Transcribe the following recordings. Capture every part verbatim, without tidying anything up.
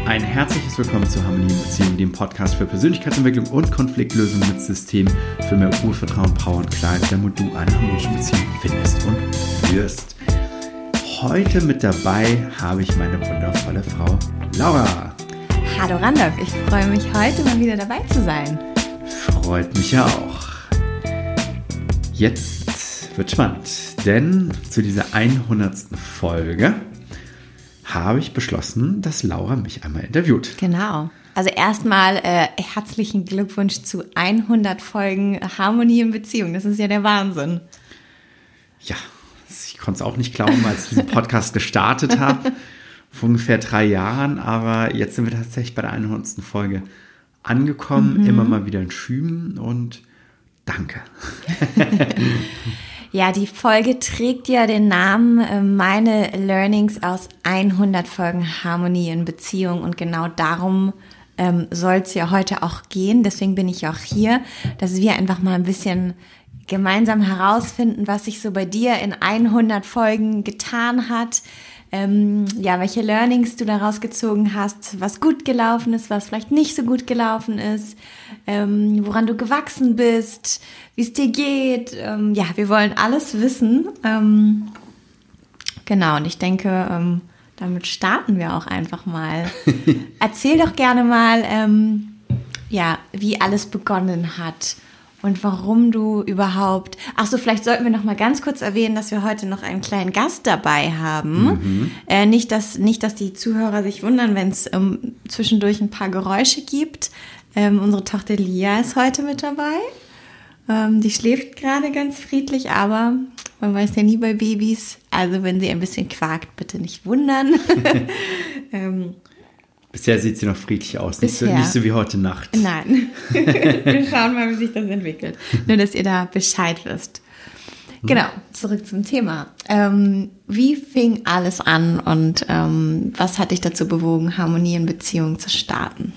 Ein herzliches Willkommen zu Harmonie in Beziehung, dem Podcast für Persönlichkeitsentwicklung und Konfliktlösung mit System für mehr Urvertrauen, Power und Klarheit, damit du eine harmonische Beziehung findest und wirst. Heute mit dabei habe ich meine wundervolle Frau Laura. Hallo Randolph, ich freue mich heute mal wieder dabei zu sein. Freut mich auch. Jetzt wird spannend, denn zu dieser hundertsten Folge habe ich beschlossen, dass Laura mich einmal interviewt. Genau. Also erstmal äh, herzlichen Glückwunsch zu hundert Folgen Harmonie in Beziehung. Das ist ja der Wahnsinn. Ja, ich konnte es auch nicht glauben, als ich diesen Podcast gestartet habe, vor ungefähr drei Jahren. Aber jetzt sind wir tatsächlich bei der hundertsten Folge angekommen, mhm. immer mal wieder in Schüben und danke. Ja, die Folge trägt ja den Namen äh, Meine Learnings aus hundert Folgen Harmonie in Beziehung und genau darum ähm, soll es ja heute auch gehen. Deswegen bin ich auch hier, dass wir einfach mal ein bisschen gemeinsam herausfinden, was sich so bei dir in hundert Folgen getan hat. Ähm, ja, welche Learnings du daraus gezogen hast, was gut gelaufen ist, was vielleicht nicht so gut gelaufen ist, ähm, woran du gewachsen bist, wie es dir geht. Ähm, ja, wir wollen alles wissen. Ähm, genau, und ich denke, ähm, damit starten wir auch einfach mal. Erzähl doch gerne mal, ähm, ja, wie alles begonnen hat. Und warum du überhaupt... Ach so, vielleicht sollten wir noch mal ganz kurz erwähnen, dass wir heute noch einen kleinen Gast dabei haben. Mhm. Äh, nicht, dass, nicht, dass die Zuhörer sich wundern, wenn es ähm, zwischendurch ein paar Geräusche gibt. Ähm, unsere Tochter Lia ist heute mit dabei. Ähm, die schläft gerade ganz friedlich, aber man weiß ja nie bei Babys. Also wenn sie ein bisschen quakt, bitte nicht wundern. ähm, Bisher sieht sie noch friedlich aus, nicht so, nicht so wie heute Nacht. Nein, wir schauen mal, wie sich das entwickelt. Nur, dass ihr da Bescheid wisst. Genau, zurück zum Thema. Ähm, wie fing alles an und ähm, was hat dich dazu bewogen, Harmonie in Beziehung zu starten?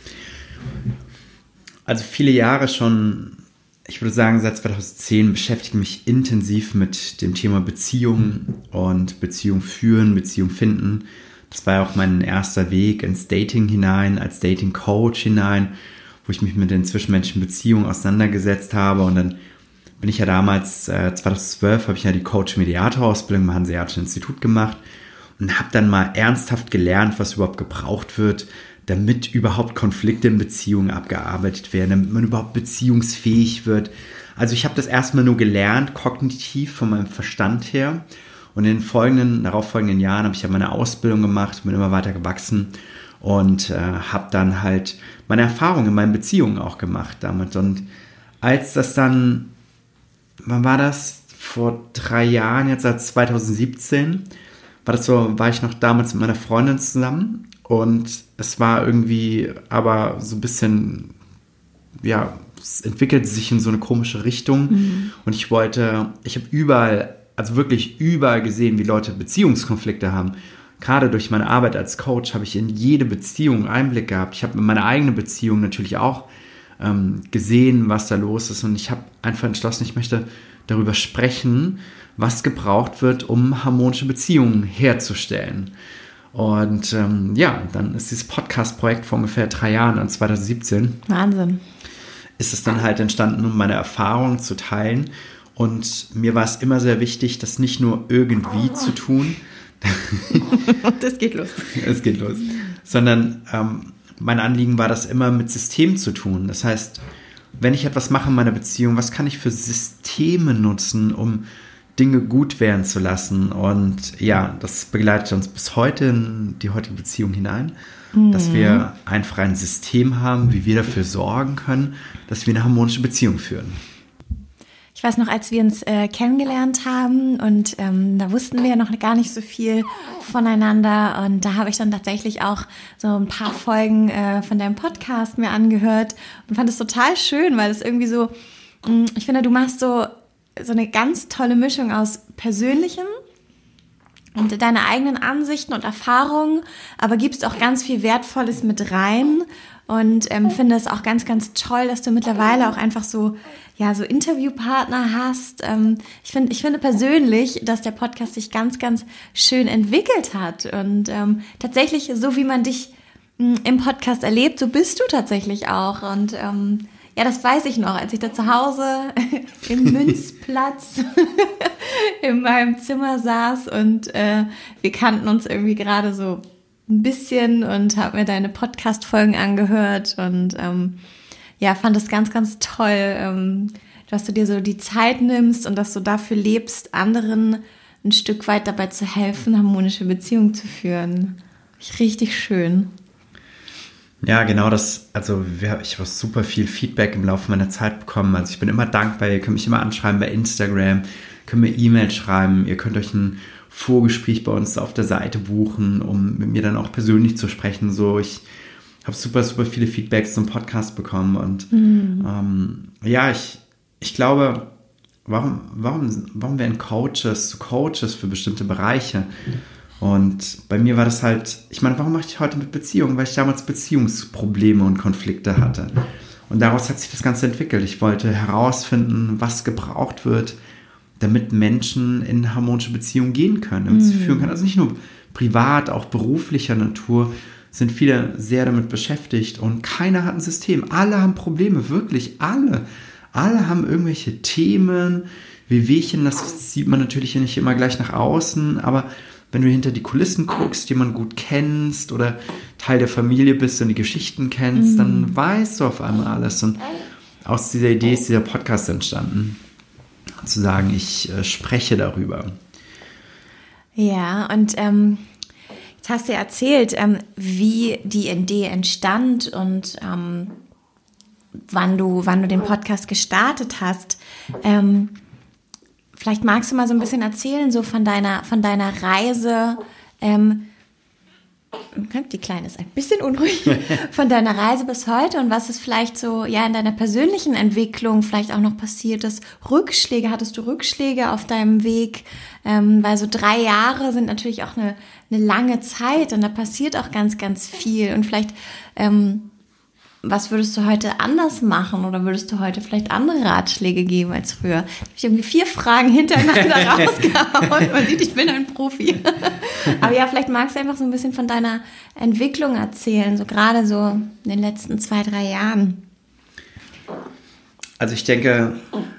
Also viele Jahre schon, ich würde sagen seit zweitausendzehn beschäftige ich mich intensiv mit dem Thema Beziehung und Beziehung führen, Beziehung finden. Das war ja auch mein erster Weg ins Dating hinein, als Dating-Coach hinein, wo ich mich mit den zwischenmenschlichen Beziehungen auseinandergesetzt habe. Und dann bin ich ja damals, äh, zweitausendzwölf, habe ich ja die Coach-Mediator-Ausbildung im Hanseatischen Institut gemacht und habe dann mal ernsthaft gelernt, was überhaupt gebraucht wird, damit überhaupt Konflikte in Beziehungen abgearbeitet werden, damit man überhaupt beziehungsfähig wird. Also ich habe das erstmal nur gelernt, kognitiv von meinem Verstand her. Und in den folgenden, darauf folgenden Jahren habe ich ja meine Ausbildung gemacht, bin immer weiter gewachsen und äh, habe dann halt meine Erfahrungen in meinen Beziehungen auch gemacht damit. Und als das dann, wann war das? Vor drei Jahren, jetzt seit zweitausendsiebzehn, war das so, war ich noch damals mit meiner Freundin zusammen und es war irgendwie aber so ein bisschen, ja, es entwickelte sich in so eine komische Richtung mhm. und ich wollte, ich habe überall Also wirklich überall gesehen, wie Leute Beziehungskonflikte haben. Gerade durch meine Arbeit als Coach habe ich in jede Beziehung Einblick gehabt. Ich habe in meine eigene Beziehung natürlich auch ähm, gesehen, was da los ist. Und ich habe einfach entschlossen, ich möchte darüber sprechen, was gebraucht wird, um harmonische Beziehungen herzustellen. Und ähm, ja, dann ist dieses Podcast-Projekt vor ungefähr drei Jahren, an zweitausendsiebzehn. Wahnsinn. Ist es dann halt entstanden, um meine Erfahrungen zu teilen. Und mir war es immer sehr wichtig, das nicht nur irgendwie oh. zu tun. Das geht los. Es geht los. Sondern ähm, mein Anliegen war, das immer mit System zu tun. Das heißt, wenn ich etwas mache in meiner Beziehung, was kann ich für Systeme nutzen, um Dinge gut werden zu lassen? Und ja, das begleitet uns bis heute in die heutige Beziehung hinein, mhm. dass wir einfach ein System haben, wie wir dafür sorgen können, dass wir eine harmonische Beziehung führen. Ich weiß noch, als wir uns äh, kennengelernt haben und ähm, da wussten wir ja noch gar nicht so viel voneinander und da habe ich dann tatsächlich auch so ein paar Folgen äh, von deinem Podcast mir angehört und fand es total schön, weil es irgendwie so, mh, ich finde, du machst so, so eine ganz tolle Mischung aus Persönlichem und deine eigenen Ansichten und Erfahrungen, aber gibst auch ganz viel Wertvolles mit rein. Und ähm, finde es auch ganz, ganz toll, dass du mittlerweile auch einfach so, ja, so Interviewpartner hast. Ähm, ich finde, ich finde persönlich, dass der Podcast sich ganz, ganz schön entwickelt hat. Und ähm, tatsächlich, so wie man dich im Podcast erlebt, so bist du tatsächlich auch. Und ähm, ja, das weiß ich noch, als ich da zu Hause im Münzplatz in meinem Zimmer saß und äh, wir kannten uns irgendwie gerade so ein bisschen und habe mir deine Podcast-Folgen angehört und ähm, ja, fand es ganz, ganz toll, ähm, dass du dir so die Zeit nimmst und dass du dafür lebst, anderen ein Stück weit dabei zu helfen, harmonische Beziehungen zu führen. Richtig schön. Ja, genau das, also ich habe super viel Feedback im Laufe meiner Zeit bekommen, also ich bin immer dankbar, ihr könnt mich immer anschreiben bei Instagram, könnt mir E-Mails schreiben, ihr könnt euch ein Vorgespräch bei uns auf der Seite buchen, um mit mir dann auch persönlich zu sprechen, so ich habe super, super viele Feedbacks zum Podcast bekommen und mhm. ähm, ja, ich, ich glaube, warum, warum, warum werden Coaches zu Coaches für bestimmte Bereiche? Und bei mir war das halt, ich meine, warum mache ich heute mit Beziehungen? Weil ich damals Beziehungsprobleme und Konflikte hatte. Und daraus hat sich das Ganze entwickelt. Ich wollte herausfinden, was gebraucht wird, damit Menschen in harmonische Beziehungen gehen können, damit mhm. sie führen können. Also nicht nur privat, auch beruflicher Natur sind viele sehr damit beschäftigt und keiner hat ein System. Alle haben Probleme, wirklich alle. Alle haben irgendwelche Themen, Wehwehchen, das sieht man natürlich nicht immer gleich nach außen, aber wenn du hinter die Kulissen guckst, jemanden gut kennst oder Teil der Familie bist und die Geschichten kennst, mhm. dann weißt du auf einmal alles. Und aus dieser Idee ist dieser Podcast entstanden, zu sagen, ich äh, spreche darüber. Ja, und ähm, jetzt hast du ja erzählt, ähm, wie die Idee entstand und ähm, wann du, wann du den Podcast gestartet hast. Ähm, Vielleicht magst du mal so ein bisschen erzählen, so von deiner, von deiner Reise, ähm, die Kleine ist ein bisschen unruhig, von deiner Reise bis heute und was ist vielleicht so, ja, in deiner persönlichen Entwicklung vielleicht auch noch passiert ist. Rückschläge, hattest du Rückschläge auf deinem Weg? Ähm, weil so drei Jahre sind natürlich auch eine, eine lange Zeit und da passiert auch ganz, ganz viel und vielleicht, ähm, was würdest du heute anders machen oder würdest du heute vielleicht andere Ratschläge geben als früher? Da habe ich irgendwie vier Fragen hintereinander rausgehauen. Man sieht, ich bin ein Profi. Aber ja, vielleicht magst du einfach so ein bisschen von deiner Entwicklung erzählen, so gerade so in den letzten zwei, drei Jahren. Also ich denke,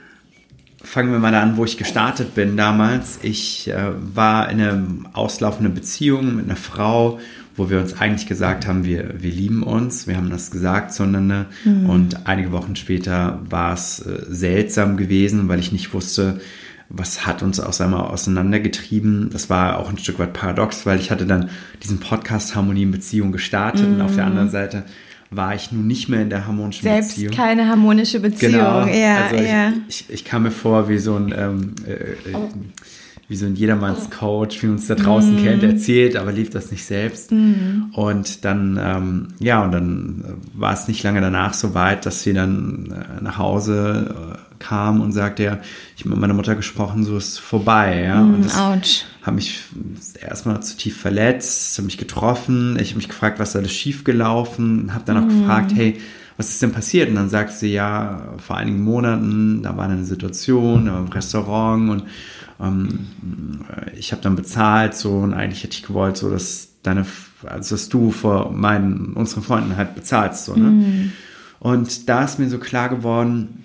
fangen wir mal an, wo ich gestartet bin damals. Ich äh, war in einer auslaufenden Beziehung mit einer Frau, wo wir uns eigentlich gesagt haben, wir, wir lieben uns, wir haben das gesagt zueinander mhm. und einige Wochen später war es äh, seltsam gewesen, weil ich nicht wusste, was hat uns aus einmal auseinandergetrieben. Das war auch ein Stück weit paradox, weil ich hatte dann diesen Podcast Harmonie in Beziehung gestartet mhm. und auf der anderen Seite war ich nun nicht mehr in der harmonischen Selbst Beziehung. Selbst keine harmonische Beziehung. Genau, ja, also ja. Ich, ich, ich kam mir vor wie so ein ähm, äh, äh, wie so ein Jedermanns-Coach, wie uns da draußen mm. kennt, erzählt, aber lebt das nicht selbst. Mm. Und dann, ähm, ja, und dann war es nicht lange danach so weit, dass sie dann äh, nach Hause äh, kam und sagte, ja, ich habe mit meiner Mutter gesprochen, so ist es vorbei. Ja? Mm, und das ouch. hat mich erstmal zu tief verletzt, hat mich getroffen. Ich habe mich gefragt, was ist alles schiefgelaufen, habe dann auch mm. gefragt, hey, was ist denn passiert? Und dann sagte sie, ja, vor einigen Monaten, da war eine Situation, da war ein Restaurant und ähm, ich habe dann bezahlt so und eigentlich hätte ich gewollt, so dass deine, also dass du vor meinen, unseren Freunden halt bezahlst. So, ne? Mm. Und da ist mir so klar geworden,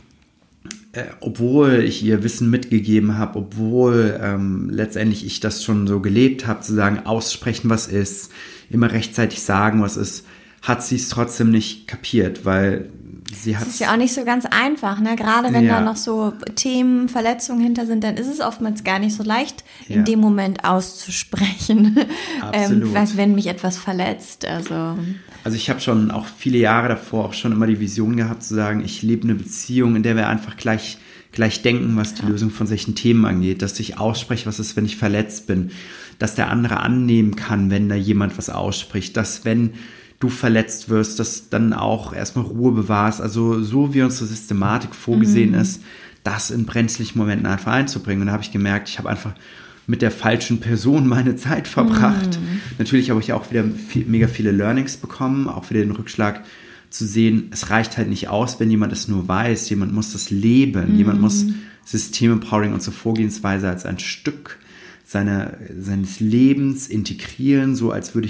äh, obwohl ich ihr Wissen mitgegeben habe, obwohl ähm, letztendlich ich das schon so gelebt habe, zu sagen, aussprechen, was ist, immer rechtzeitig sagen, was ist, hat sie es trotzdem nicht kapiert, weil sie hat. Das ist ja auch nicht so ganz einfach, ne? Gerade wenn ja. da noch so Themen, Verletzungen hinter sind, dann ist es oftmals gar nicht so leicht, ja. in dem Moment auszusprechen, ähm, was, wenn mich etwas verletzt. Also, also ich habe schon auch viele Jahre davor auch schon immer die Vision gehabt, zu sagen, ich lebe eine Beziehung, in der wir einfach gleich, gleich denken, was die ja. Lösung von solchen Themen angeht, dass ich ausspreche, was ist, wenn ich verletzt bin, dass der andere annehmen kann, wenn da jemand was ausspricht, dass wenn du verletzt wirst, dass dann auch erstmal Ruhe bewahrst, also so wie unsere Systematik vorgesehen mhm. ist, das in brenzlichen Momenten einfach einzubringen. Und da habe ich gemerkt, ich habe einfach mit der falschen Person meine Zeit verbracht. Mhm. Natürlich habe ich auch wieder viel, mega viele Learnings bekommen, auch wieder den Rückschlag zu sehen, es reicht halt nicht aus, wenn jemand es nur weiß, jemand muss das leben, mhm. jemand muss System-Empowering und so Vorgehensweise als ein Stück seine, seines Lebens integrieren, so als würde ich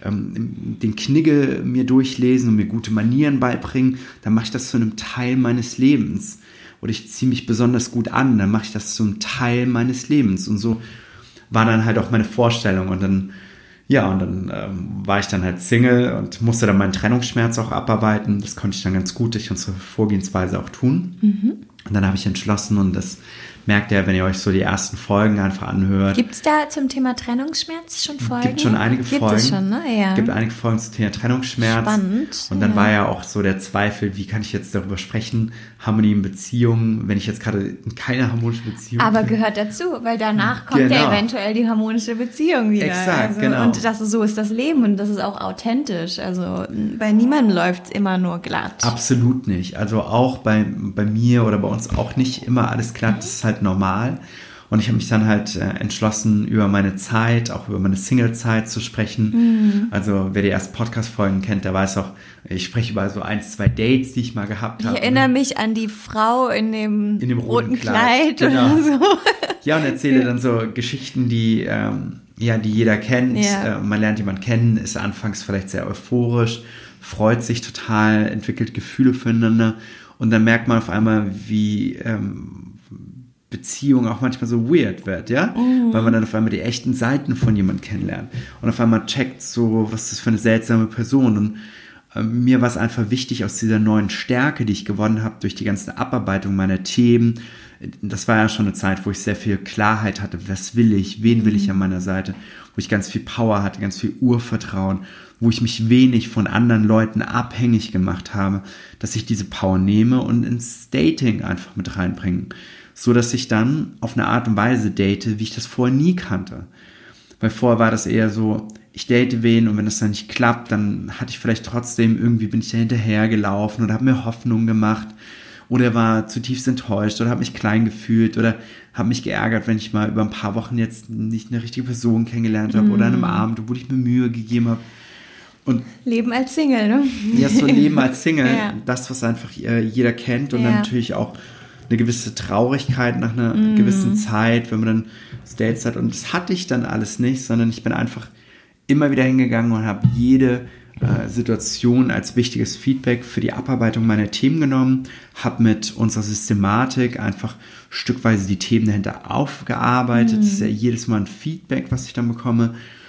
ähm, den Knigge mir durchlesen und mir gute Manieren beibringen, dann mache ich das zu einem Teil meines Lebens. Oder ich ziehe mich besonders gut an, dann mache ich das zu einem Teil meines Lebens. Und so war dann halt auch meine Vorstellung. Und dann, ja, und dann ähm, war ich dann halt Single und musste dann meinen Trennungsschmerz auch abarbeiten. Das konnte ich dann ganz gut durch unsere Vorgehensweise auch tun. Mhm. Und dann habe ich entschlossen, und das merkt ihr, wenn ihr euch so die ersten Folgen einfach anhört. Gibt es da zum Thema Trennungsschmerz schon Folgen? Gibt schon einige Gibt Folgen. Es schon, ne? Ja. Gibt einige Folgen zum Thema Trennungsschmerz. Spannend. Und dann ja. war ja auch so der Zweifel, wie kann ich jetzt darüber sprechen, Harmonie in Beziehungen, wenn ich jetzt gerade in keine harmonische Beziehung Aber bin. gehört dazu, weil danach kommt Genau. ja eventuell die harmonische Beziehung wieder. Exakt, also, genau. Und das ist, so ist das Leben und das ist auch authentisch. Also bei niemandem läuft es immer nur glatt. Absolut nicht. Also auch bei, bei mir oder bei uns auch nicht immer alles glatt, das ist halt normal. Und ich habe mich dann halt äh, entschlossen, über meine Zeit, auch über meine Single-Zeit zu sprechen. Mhm. Also wer die ersten Podcast-Folgen kennt, der weiß auch, ich spreche über so ein, zwei Dates, die ich mal gehabt habe. Ich erinnere mich an die Frau in dem, in dem roten, roten Kleid, Kleid genau. oder so. Ja, und erzähle dann so Geschichten, die, ähm, ja, die jeder kennt. Ja. Äh, man lernt jemanden kennen, ist anfangs vielleicht sehr euphorisch, freut sich total, entwickelt Gefühle füreinander. Und dann merkt man auf einmal, wie ähm, Beziehung auch manchmal so weird wird, ja, mhm. weil man dann auf einmal die echten Seiten von jemandem kennenlernt und auf einmal checkt so, was ist das für eine seltsame Person. Und äh, mir war es einfach wichtig, aus dieser neuen Stärke, die ich gewonnen habe durch die ganze Abarbeitung meiner Themen, das war ja schon eine Zeit, wo ich sehr viel Klarheit hatte, was will ich, wen will ich an meiner Seite, wo ich ganz viel Power hatte, ganz viel Urvertrauen, wo ich mich wenig von anderen Leuten abhängig gemacht habe, dass ich diese Power nehme und ins Dating einfach mit reinbringe. So dass ich dann auf eine Art und Weise date, wie ich das vorher nie kannte. Weil vorher war das eher so, ich date wen und wenn das dann nicht klappt, dann hatte ich vielleicht trotzdem, irgendwie bin ich da hinterhergelaufen oder habe mir Hoffnung gemacht oder war zutiefst enttäuscht oder habe mich klein gefühlt oder habe mich geärgert, wenn ich mal über ein paar Wochen jetzt nicht eine richtige Person kennengelernt habe mm. oder an einem Abend, wo ich mir Mühe gegeben habe. Und Leben als Single, ne? Ja, so Leben als Single, ja. das, was einfach jeder kennt und ja. dann natürlich auch eine gewisse Traurigkeit nach einer mm. gewissen Zeit, wenn man dann Dates hat. Und das hatte ich dann alles nicht, sondern ich bin einfach immer wieder hingegangen und habe jede äh, Situation als wichtiges Feedback für die Abarbeitung meiner Themen genommen, habe mit unserer Systematik einfach stückweise die Themen dahinter aufgearbeitet. Mm. Das ist ja jedes Mal ein Feedback, was ich dann bekomme.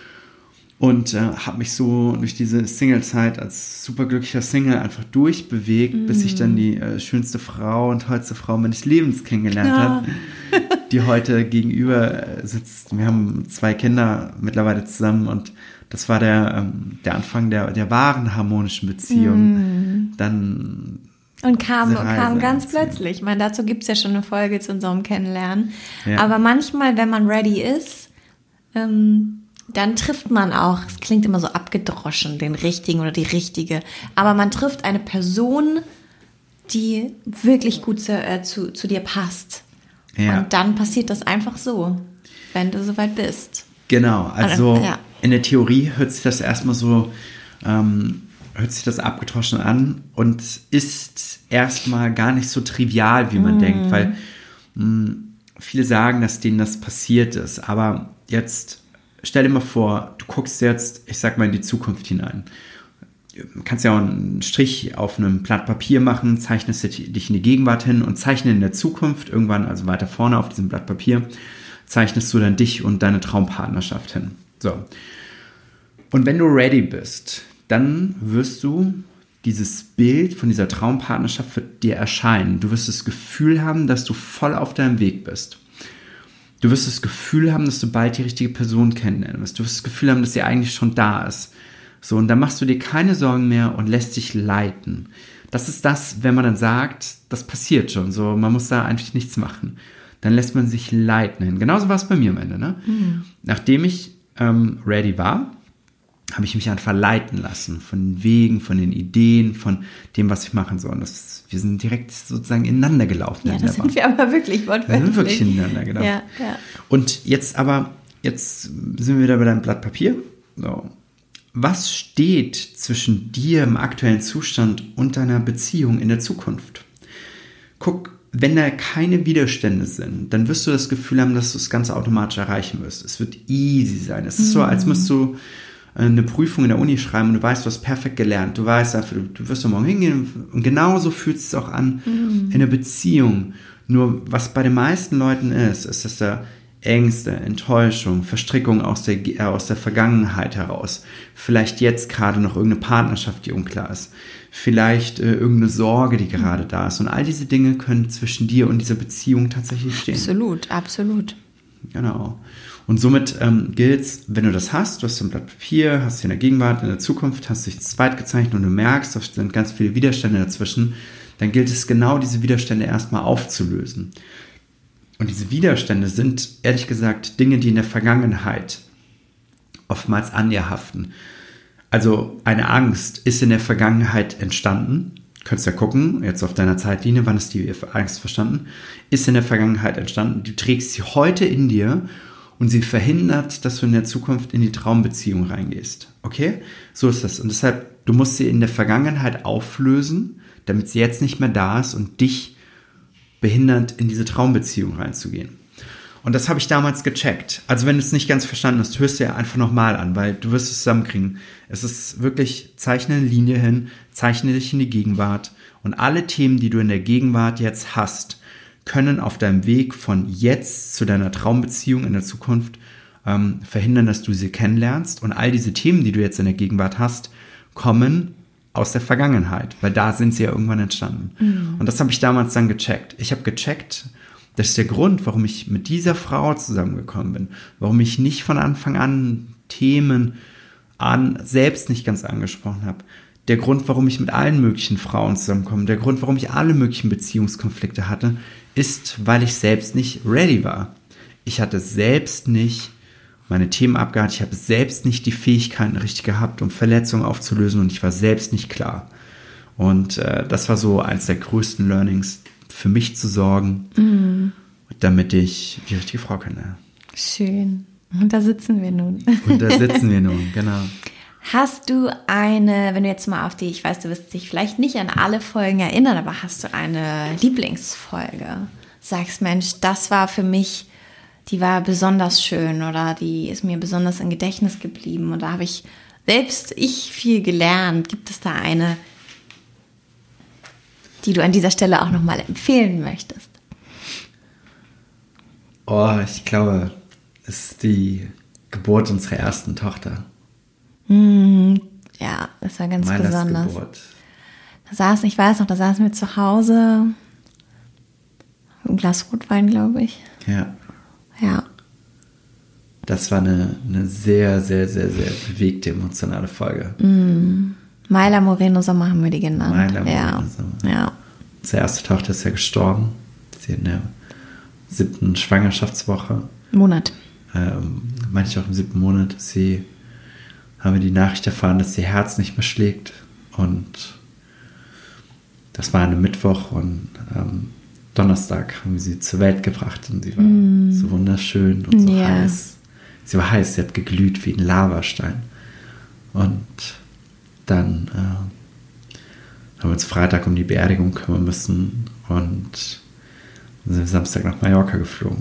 Und äh, habe mich so durch diese Single-Zeit als superglücklicher Single einfach durchbewegt, mm. bis ich dann die äh, schönste Frau und tollste Frau meines Lebens kennengelernt ja. habe, die heute gegenüber sitzt. Wir haben zwei Kinder mittlerweile zusammen und das war der, ähm, der Anfang der, der wahren harmonischen Beziehung. Mm. Dann und kam, kam ganz plötzlich. Ich meine, dazu gibt es ja schon eine Folge zu unserem Kennenlernen. Ja. Aber manchmal, wenn man ready ist, ähm, dann trifft man auch, es klingt immer so abgedroschen, den Richtigen oder die Richtige, aber man trifft eine Person, die wirklich gut zu, äh, zu, zu dir passt. Ja. Und dann passiert das einfach so, wenn du soweit bist. Genau, also ja. in der Theorie hört sich das erstmal so, ähm, hört sich das abgedroschen an und ist erstmal gar nicht so trivial, wie man mm. denkt, weil mh, viele sagen, dass denen das passiert ist, aber jetzt stell dir mal vor, du guckst jetzt, ich sag mal, in die Zukunft hinein. Du kannst ja auch einen Strich auf einem Blatt Papier machen, zeichnest dich in die Gegenwart hin und zeichne in der Zukunft, irgendwann, also weiter vorne auf diesem Blatt Papier, zeichnest du dann dich und deine Traumpartnerschaft hin. So. Und wenn du ready bist, dann wirst du dieses Bild von dieser Traumpartnerschaft für dir erscheinen. Du wirst das Gefühl haben, dass du voll auf deinem Weg bist. Du wirst das Gefühl haben, dass du bald die richtige Person kennenlernen wirst. Du wirst das Gefühl haben, dass sie eigentlich schon da ist. So, und dann machst du dir keine Sorgen mehr und lässt dich leiten. Das ist das, wenn man dann sagt, das passiert schon. So, man muss da eigentlich nichts machen. Dann lässt man sich leiten hin. Genauso war es bei mir am Ende. Ne? Mhm. Nachdem ich ähm, ready war, habe ich mich einfach leiten lassen von den Wegen, von den Ideen, von dem, was ich machen soll. Und das, wir sind direkt sozusagen ineinander gelaufen. Ja, das sind wir aber wirklich wortwörtlich. Wir sind wirklich ineinander gelaufen. Ja, ja. Und jetzt aber, jetzt sind wir wieder bei deinem Blatt Papier. So. Was steht zwischen dir im aktuellen Zustand und deiner Beziehung in der Zukunft? Guck, wenn da keine Widerstände sind, dann wirst du das Gefühl haben, dass du es ganz automatisch erreichen wirst. Es wird easy sein. Es ist so, als müsstest du eine Prüfung in der Uni schreiben und du weißt, du hast perfekt gelernt. Du weißt einfach, du, du wirst doch morgen hingehen und genauso fühlt es sich auch an mhm. in einer Beziehung. Nur was bei den meisten Leuten ist, ist, dass da Ängste, Enttäuschung, Verstrickung aus der, äh, aus der Vergangenheit heraus, vielleicht jetzt gerade noch irgendeine Partnerschaft, die unklar ist, vielleicht äh, irgendeine Sorge, die gerade mhm. da ist. Und all diese Dinge können zwischen dir und dieser Beziehung tatsächlich stehen. Absolut, absolut. Genau. Und somit ähm, gilt es, wenn du das hast, du hast ein Blatt Papier, hast in der Gegenwart, in der Zukunft, hast dich zu zweit gezeichnet und du merkst, da sind ganz viele Widerstände dazwischen, dann gilt es genau, diese Widerstände erstmal aufzulösen. Und diese Widerstände sind, ehrlich gesagt, Dinge, die in der Vergangenheit oftmals an dir haften. Also eine Angst ist in der Vergangenheit entstanden. Du könntest ja gucken, jetzt auf deiner Zeitlinie, wann ist die Angst verstanden? Ist in der Vergangenheit entstanden. Du trägst sie heute in dir und sie verhindert, dass du in der Zukunft in die Traumbeziehung reingehst. Okay? So ist das. Und deshalb, du musst sie in der Vergangenheit auflösen, damit sie jetzt nicht mehr da ist und dich behindert, in diese Traumbeziehung reinzugehen. Und das habe ich damals gecheckt. Also wenn du es nicht ganz verstanden hast, hörst du ja einfach nochmal an, weil du wirst es zusammenkriegen. Es ist wirklich, zeichne eine Linie hin, zeichne dich in die Gegenwart und alle Themen, die du in der Gegenwart jetzt hast, können auf deinem Weg von jetzt zu deiner Traumbeziehung in der Zukunft ähm, verhindern, dass du sie kennenlernst. Und all diese Themen, die du jetzt in der Gegenwart hast, kommen aus der Vergangenheit, weil da sind sie ja irgendwann entstanden. Mhm. Und das habe ich damals dann gecheckt. Ich habe gecheckt, das ist der Grund, warum ich mit dieser Frau zusammengekommen bin, warum ich nicht von Anfang an Themen an selbst nicht ganz angesprochen habe. Der Grund, warum ich mit allen möglichen Frauen zusammenkomme, der Grund, warum ich alle möglichen Beziehungskonflikte hatte, ist, weil ich selbst nicht ready war. Ich hatte selbst nicht meine Themen abgehakt, ich habe selbst nicht die Fähigkeiten richtig gehabt, um Verletzungen aufzulösen und ich war selbst nicht klar. Und äh, das war so eins der größten Learnings, für mich zu sorgen, mhm. damit ich die richtige Frau kenne. Schön. Und da sitzen wir nun. Und da sitzen wir nun, genau. Hast du eine, wenn du jetzt mal auf die, ich weiß, du wirst dich vielleicht nicht an alle Folgen erinnern, aber hast du eine Lieblingsfolge? Sagst, Mensch, das war für mich, die war besonders schön oder die ist mir besonders im Gedächtnis geblieben und da habe ich selbst ich viel gelernt. Gibt es da eine, die du an dieser Stelle auch nochmal empfehlen möchtest? Oh, ich glaube, es ist die Geburt unserer ersten Tochter. Mm, ja, das war ganz Mailas besonders. Geburt. Da saßen, ich weiß noch, da saßen wir zu Hause, ein Glas Rotwein, glaube ich. Ja. Ja. Das war eine, eine sehr, sehr, sehr, sehr bewegte, emotionale Folge. Mm. Maila Moreno Sommer haben wir die genannt. Maila Moreno ja. Sommer. Ja. Unsere erste Tochter ist ja gestorben. Sie in der siebten Schwangerschaftswoche. Monat. Ähm, meine ich auch im siebten Monat. Sie haben wir die Nachricht erfahren, dass ihr Herz nicht mehr schlägt. Und das war ein Mittwoch und ähm, Donnerstag haben wir sie zur Welt gebracht und sie war mm. so wunderschön und so ja. heiß. Sie war heiß, sie hat geglüht wie ein Lavastein. Und dann äh, haben wir uns Freitag um die Beerdigung kümmern müssen und sind Samstag nach Mallorca geflogen.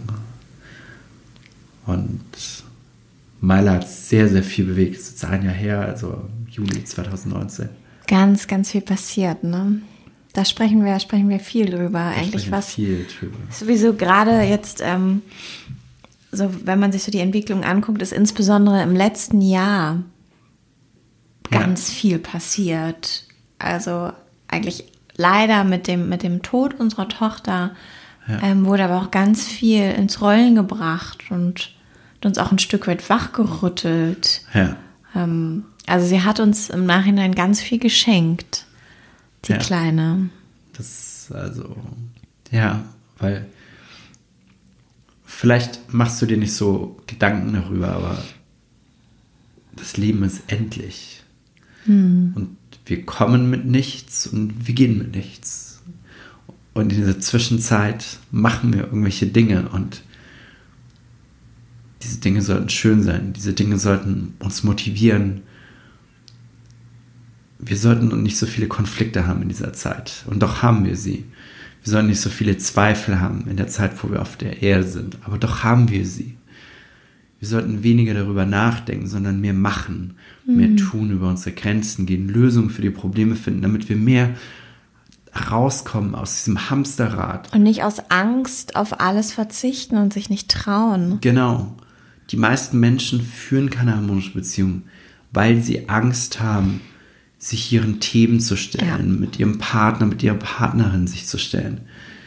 Und Maila hat sehr, sehr viel bewegt. Das ist jetzt ein Jahr her, also Juli zwanzig neunzehn. Ganz, ganz viel passiert, ne? Da sprechen wir, sprechen wir viel drüber. Da Eigentlich was viel drüber. Sowieso gerade jetzt, ähm, so wenn man sich so die Entwicklung anguckt, ist insbesondere im letzten Jahr ganz ja. viel passiert. Also eigentlich leider mit dem, mit dem Tod unserer Tochter ja. ähm, wurde aber auch ganz viel ins Rollen gebracht und hat uns auch ein Stück weit wachgerüttelt. Ja. Ähm, also sie hat uns im Nachhinein ganz viel geschenkt, die ja. Kleine. Das also, ja, weil vielleicht machst du dir nicht so Gedanken darüber, aber das Leben ist endlich. Hm. Und wir kommen mit nichts und wir gehen mit nichts. Und in dieser Zwischenzeit machen wir irgendwelche Dinge und diese Dinge sollten schön sein. Diese Dinge sollten uns motivieren. Wir sollten nicht so viele Konflikte haben in dieser Zeit. Und doch haben wir sie. Wir sollten nicht so viele Zweifel haben in der Zeit, wo wir auf der Erde sind. Aber doch haben wir sie. Wir wir sollten weniger darüber nachdenken, sondern mehr machen, mhm. mehr tun, über unsere Grenzen gehen, Lösungen für die Probleme finden, damit wir mehr rauskommen aus diesem Hamsterrad. Und nicht aus Angst auf alles verzichten und sich nicht trauen. Genau. Die meisten Menschen führen keine harmonische Beziehung, weil sie Angst haben, sich ihren Themen zu stellen, ja. mit ihrem Partner, mit ihrer Partnerin sich zu stellen.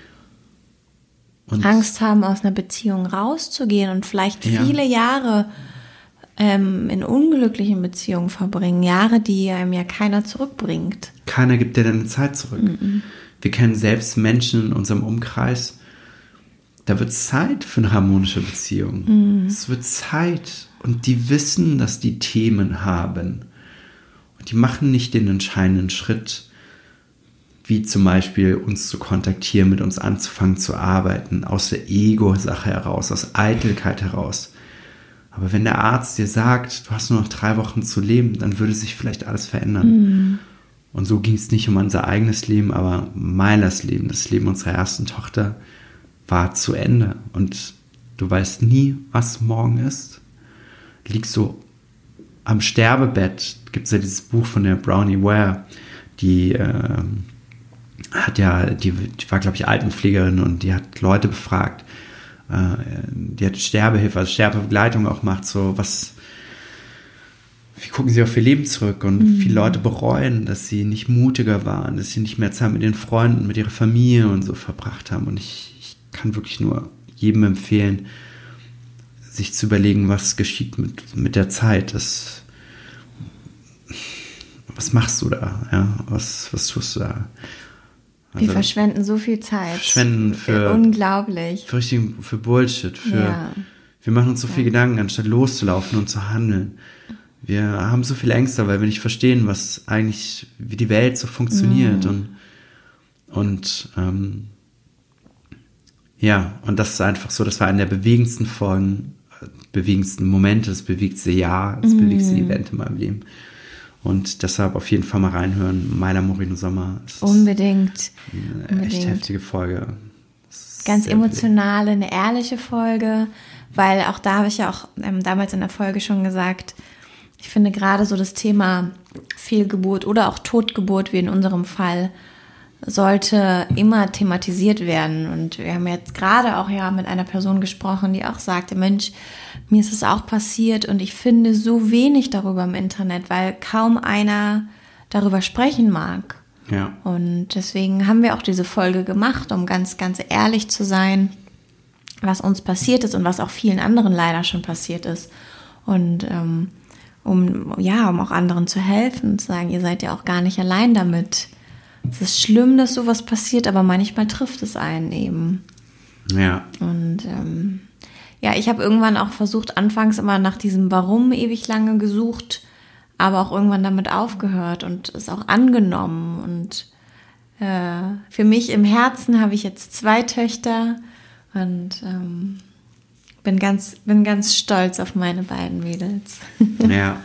Und Angst haben, aus einer Beziehung rauszugehen und vielleicht ja. viele Jahre ähm, in unglücklichen Beziehungen verbringen. Jahre, die einem ja keiner zurückbringt. Keiner gibt dir deine Zeit zurück. Mm-mm. Wir kennen selbst Menschen in unserem Umkreis, da wird Zeit für eine harmonische Beziehung. Mm. Es wird Zeit. Und die wissen, dass die Themen haben. Und die machen nicht den entscheidenden Schritt, wie zum Beispiel uns zu kontaktieren, mit uns anzufangen zu arbeiten, aus der Ego-Sache heraus, aus Eitelkeit heraus. Aber wenn der Arzt dir sagt, du hast nur noch drei Wochen zu leben, dann würde sich vielleicht alles verändern. Mm. Und so ging es nicht um unser eigenes Leben, aber Mailas Leben, das Leben unserer ersten Tochter, war zu Ende. Und du weißt nie, was morgen ist. Liegst so am Sterbebett, gibt es ja dieses Buch von der Brownie Ware, die äh, hat ja, die, die war, glaube ich, Altenpflegerin und die hat Leute befragt, äh, die hat Sterbehilfe, also Sterbebegleitung auch gemacht, so was, wie gucken sie auf ihr Leben zurück und mhm. viele Leute bereuen, dass sie nicht mutiger waren, dass sie nicht mehr Zeit mit den Freunden, mit ihrer Familie und so verbracht haben. Und ich, ich kann wirklich nur jedem empfehlen, sich zu überlegen, was geschieht mit, mit der Zeit. Das, was machst du da? Ja, was, was tust du da? Also, wir verschwenden so viel Zeit. Verschwenden für... Unglaublich. Für, richtig, für Bullshit. Für, ja. Wir machen uns so viel ja. Gedanken, anstatt loszulaufen und zu handeln. Wir haben so viele Ängste, weil wir nicht verstehen, was eigentlich, wie die Welt so funktioniert. Mhm. Und, und ähm, ja, und das ist einfach so, das war eine der bewegendsten Folgen, bewegendsten Momente, das bewegtste Jahr, das mhm. bewegendste Event in meinem Leben. Und deshalb auf jeden Fall mal reinhören. Myla Moreno Sommer. Unbedingt. Eine Unbedingt. echt heftige Folge. Ganz emotionale, eine ehrliche Folge, weil auch da habe ich ja auch ähm, damals in der Folge schon gesagt, ich finde gerade so das Thema Fehlgeburt oder auch Totgeburt, wie in unserem Fall, sollte immer thematisiert werden. Und wir haben jetzt gerade auch ja mit einer Person gesprochen, die auch sagte, Mensch, mir ist es auch passiert und ich finde so wenig darüber im Internet, weil kaum einer darüber sprechen mag. Ja. Und deswegen haben wir auch diese Folge gemacht, um ganz, ganz ehrlich zu sein, was uns passiert ist und was auch vielen anderen leider schon passiert ist. Und ähm, um, ja, um auch anderen zu helfen und zu sagen, ihr seid ja auch gar nicht allein damit. Es ist schlimm, dass sowas passiert, aber manchmal trifft es einen eben. Ja. Und ähm, ja, ich habe irgendwann auch versucht, anfangs immer nach diesem Warum ewig lange gesucht, aber auch irgendwann damit aufgehört und es auch angenommen. Und äh, für mich im Herzen habe ich jetzt zwei Töchter und ähm, bin ganz, bin ganz stolz auf meine beiden Mädels. Ja.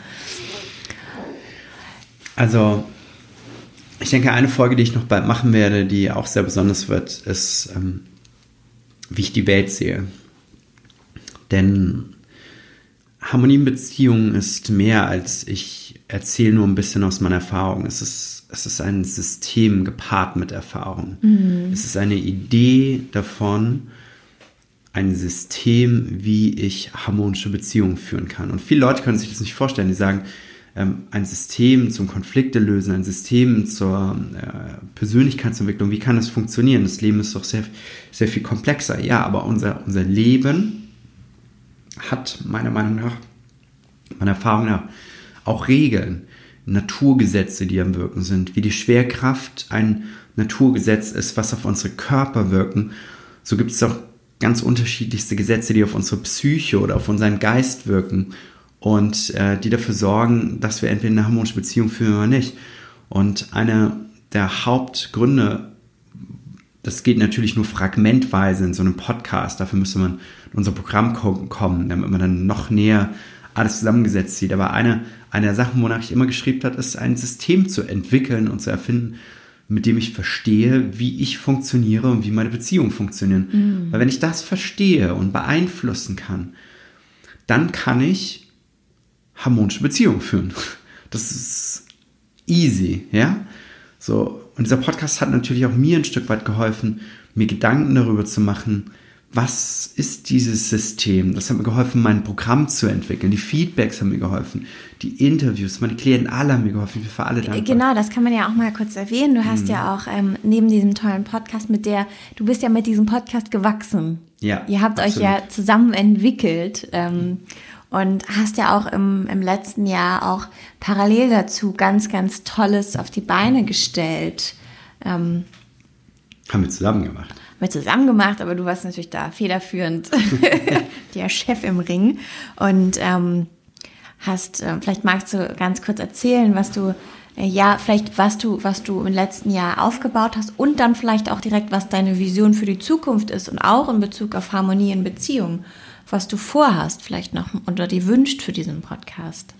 Also ich denke, eine Folge, die ich noch bald machen werde, die auch sehr besonders wird, ist, ähm, wie ich die Welt sehe. Denn Harmonie in Beziehungen ist mehr als ich erzähle nur ein bisschen aus meiner Erfahrung. Es ist, es ist ein System gepaart mit Erfahrung. Mhm. Es ist eine Idee davon, ein System, wie ich harmonische Beziehungen führen kann. Und viele Leute können sich das nicht vorstellen. Die sagen, ähm, ein System zum Konflikte lösen, ein System zur äh, Persönlichkeitsentwicklung, wie kann das funktionieren? Das Leben ist doch sehr, sehr viel komplexer. Ja, aber unser, unser Leben hat meiner Meinung nach, meiner Erfahrung nach, auch Regeln, Naturgesetze, die am Wirken sind. Wie die Schwerkraft ein Naturgesetz ist, was auf unsere Körper wirken, so gibt es auch ganz unterschiedlichste Gesetze, die auf unsere Psyche oder auf unseren Geist wirken und äh, die dafür sorgen, dass wir entweder eine harmonische Beziehung führen oder nicht. Und einer der Hauptgründe, das geht natürlich nur fragmentweise in so einem Podcast, dafür müsste man in unser Programm kommen, damit man dann noch näher alles zusammengesetzt sieht. Aber eine, eine der Sachen, wonach ich immer geschrieben habe, ist ein System zu entwickeln und zu erfinden, mit dem ich verstehe, wie ich funktioniere und wie meine Beziehungen funktionieren. Mhm. Weil wenn ich das verstehe und beeinflussen kann, dann kann ich harmonische Beziehungen führen. Das ist easy, ja. So, und dieser Podcast hat natürlich auch mir ein Stück weit geholfen, mir Gedanken darüber zu machen, was ist dieses System? Das hat mir geholfen, mein Programm zu entwickeln. Die Feedbacks haben mir geholfen. Die Interviews, meine Klienten, alle haben mir geholfen. Ich bin für alle dankbar. Genau, das kann man ja auch mal kurz erwähnen. Du hast mhm. ja auch ähm, neben diesem tollen Podcast mit der, du bist ja mit diesem Podcast gewachsen. Ja, Ihr habt absolut. euch ja zusammen entwickelt ähm, und hast ja auch im, im letzten Jahr auch parallel dazu ganz, ganz Tolles auf die Beine gestellt. Ähm, haben wir zusammen gemacht. Mit zusammen gemacht, aber du warst natürlich da federführend der Chef im Ring und ähm, hast, äh, vielleicht magst du ganz kurz erzählen, was du, äh, ja, vielleicht was du, was du im letzten Jahr aufgebaut hast und dann vielleicht auch direkt, was deine Vision für die Zukunft ist und auch in Bezug auf Harmonie in Beziehungen, was du vorhast vielleicht noch oder dir wünscht für diesen Podcast.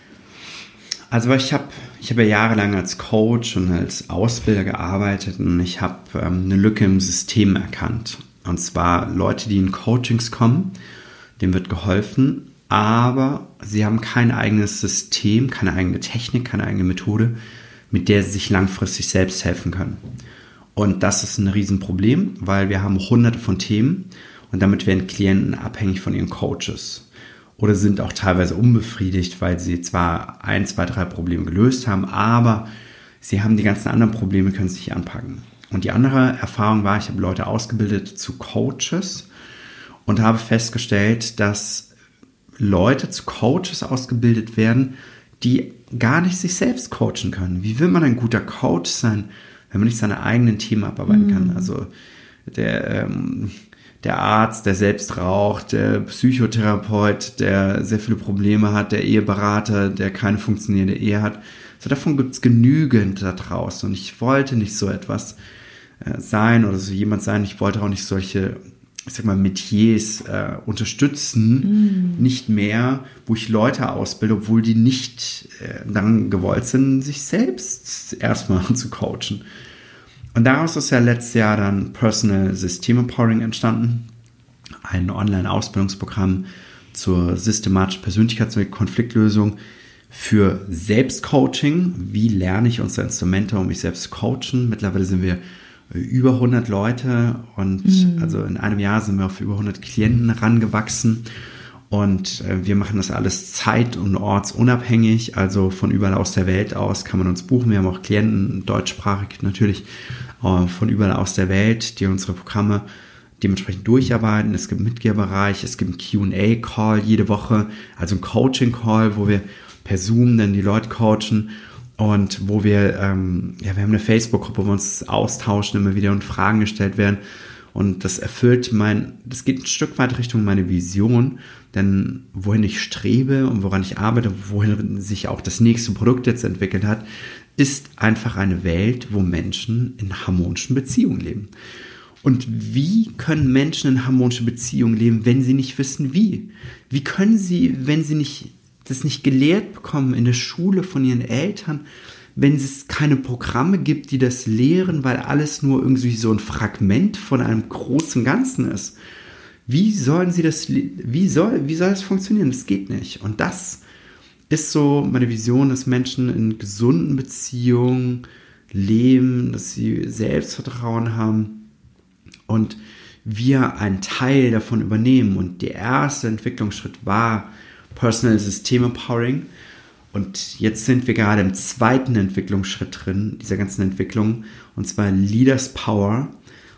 Also ich habe ich hab ja jahrelang als Coach und als Ausbilder gearbeitet und ich habe ähm, eine Lücke im System erkannt. Und zwar Leute, die in Coachings kommen, denen wird geholfen, aber sie haben kein eigenes System, keine eigene Technik, keine eigene Methode, mit der sie sich langfristig selbst helfen können. Und das ist ein Riesenproblem, weil wir haben hunderte von Themen und damit werden Klienten abhängig von ihren Coaches. Oder sind auch teilweise unbefriedigt, weil sie zwar ein, zwei, drei Probleme gelöst haben, aber sie haben die ganzen anderen Probleme, können sich nicht anpacken. Und die andere Erfahrung war, ich habe Leute ausgebildet zu Coaches und habe festgestellt, dass Leute zu Coaches ausgebildet werden, die gar nicht sich selbst coachen können. Wie will man ein guter Coach sein, wenn man nicht seine eigenen Themen abarbeiten kann? Also der... Ähm, Der Arzt, der selbst raucht, der Psychotherapeut, der sehr viele Probleme hat, der Eheberater, der keine funktionierende Ehe hat. So, davon gibt es genügend da draußen. Und ich wollte nicht so etwas äh, sein oder so jemand sein. Ich wollte auch nicht solche, ich sag mal, Metiers äh, unterstützen. Mm. Nicht mehr, wo ich Leute ausbilde, obwohl die nicht äh, dann gewollt sind, sich selbst erstmal zu coachen. Und daraus ist ja letztes Jahr dann Personal System Empowering entstanden, ein Online-Ausbildungsprogramm zur systematischen Persönlichkeitsentwicklung, Konfliktlösung für Selbstcoaching. Wie lerne ich unsere Instrumente, um mich selbst zu coachen? Mittlerweile sind wir über hundert Leute und mhm. also in einem Jahr sind wir auf über hundert Klienten rangewachsen. Und wir machen das alles zeit- und ortsunabhängig, also von überall aus der Welt aus kann man uns buchen. Wir haben auch Klienten, deutschsprachig natürlich, von überall aus der Welt, die unsere Programme dementsprechend durcharbeiten. Es gibt einen Mitgliederbereich, es gibt einen Q und A-Call jede Woche, also einen Coaching-Call, wo wir per Zoom dann die Leute coachen und wo wir, ähm, ja, wir haben eine Facebook-Gruppe, wo wir uns austauschen immer wieder und Fragen gestellt werden. Und das erfüllt mein, das geht ein Stück weit Richtung meine Vision, denn wohin ich strebe und woran ich arbeite, wohin sich auch das nächste Produkt jetzt entwickelt hat, ist einfach eine Welt, wo Menschen in harmonischen Beziehungen leben. Und wie können Menschen in harmonischen Beziehungen leben, wenn sie nicht wissen, wie? Wie können sie, wenn sie nicht, das nicht gelehrt bekommen in der Schule von ihren Eltern, wenn es keine Programme gibt, die das lehren, weil alles nur irgendwie so ein Fragment von einem großen Ganzen ist. Wie sollen sie das, wie soll, wie soll das funktionieren? Das geht nicht. Und das ist so meine Vision, dass Menschen in gesunden Beziehungen leben, dass sie Selbstvertrauen haben und wir einen Teil davon übernehmen. Und der erste Entwicklungsschritt war Personal System Empowering. Und jetzt sind wir gerade im zweiten Entwicklungsschritt drin, dieser ganzen Entwicklung, und zwar Leaders Power,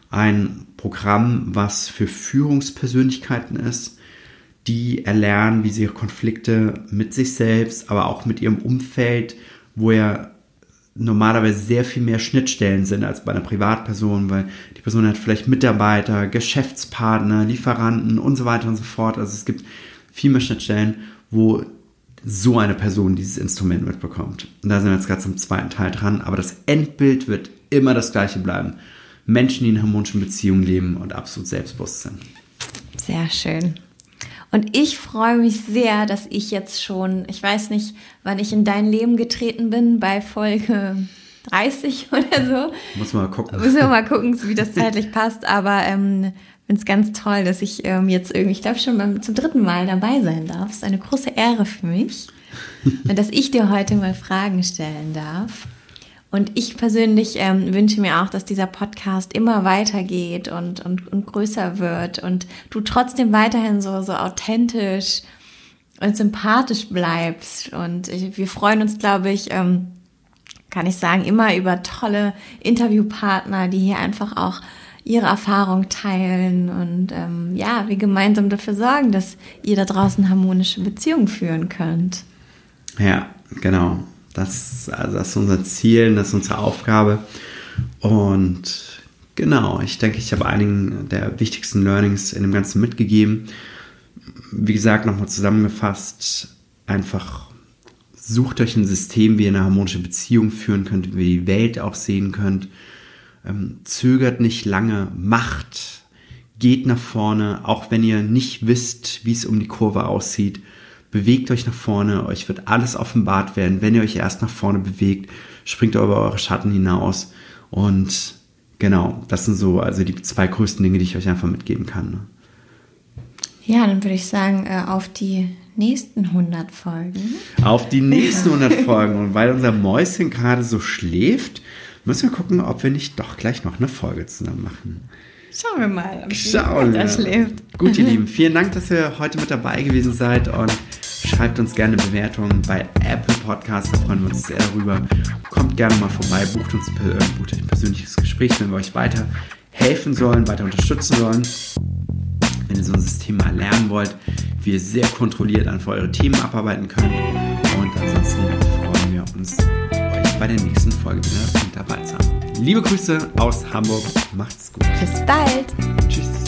ein Programm, was für Führungspersönlichkeiten ist, die erlernen, wie sie ihre Konflikte mit sich selbst, aber auch mit ihrem Umfeld, wo ja normalerweise sehr viel mehr Schnittstellen sind als bei einer Privatperson, weil die Person hat vielleicht Mitarbeiter, Geschäftspartner, Lieferanten und so weiter und so fort. Also es gibt viel mehr Schnittstellen, wo so eine Person dieses Instrument mitbekommt. Und da sind wir jetzt gerade zum zweiten Teil dran, aber das Endbild wird immer das gleiche bleiben. Menschen, die in harmonischen Beziehungen leben und absolut selbstbewusst sind. Sehr schön. Und ich freue mich sehr, dass ich jetzt schon, ich weiß nicht, wann ich in dein Leben getreten bin, bei Folge dreißig oder so. Muss man mal gucken. Müssen wir mal gucken, wie das zeitlich passt. Aber ähm, finde es ganz toll, dass ich ähm, jetzt irgendwie, ich glaube schon beim, zum dritten Mal dabei sein darf. Es ist eine große Ehre für mich, dass ich dir heute mal Fragen stellen darf. Und ich persönlich ähm, wünsche mir auch, dass dieser Podcast immer weitergeht und, und, und größer wird und du trotzdem weiterhin so, so authentisch und sympathisch bleibst. Und ich, wir freuen uns, glaube ich, ähm, kann ich sagen, immer über tolle Interviewpartner, die hier einfach auch ihre Erfahrung teilen und ähm, ja, wir gemeinsam dafür sorgen, dass ihr da draußen harmonische Beziehungen führen könnt. Ja, genau. Das, also das ist unser Ziel, das ist unsere Aufgabe. Und genau, ich denke, ich habe einigen der wichtigsten Learnings in dem Ganzen mitgegeben. Wie gesagt, nochmal zusammengefasst, einfach sucht euch ein System, wie ihr eine harmonische Beziehung führen könnt, wie ihr die Welt auch sehen könnt. Ähm, zögert nicht lange, macht, geht nach vorne, auch wenn ihr nicht wisst, wie es um die Kurve aussieht. Bewegt euch nach vorne, euch wird alles offenbart werden. Wenn ihr euch erst nach vorne bewegt, springt ihr über eure Schatten hinaus. Und genau, das sind so also die zwei größten Dinge, die ich euch einfach mitgeben kann. Ne? Ja, dann würde ich sagen, auf die nächsten hundert Folgen. Auf die nächsten hundert Folgen. Und weil unser Mäuschen gerade so schläft, müssen wir gucken, ob wir nicht doch gleich noch eine Folge zusammen machen. Schauen wir mal, ob Schauen er schläft. Gut, ihr Lieben, vielen Dank, dass ihr heute mit dabei gewesen seid und schreibt uns gerne Bewertungen bei Apple Podcasts, da freuen wir uns sehr darüber. Kommt gerne mal vorbei, bucht uns bucht ein persönliches Gespräch, wenn wir euch weiter helfen sollen, weiter unterstützen sollen. Wenn ihr so ein System mal lernen wollt, wie ihr sehr kontrolliert einfach eure Themen abarbeiten könnt. Und ansonsten freuen wir uns, euch bei der nächsten Folge wieder mit dabei zu haben. Liebe Grüße aus Hamburg, macht's gut. Bis bald. Tschüss.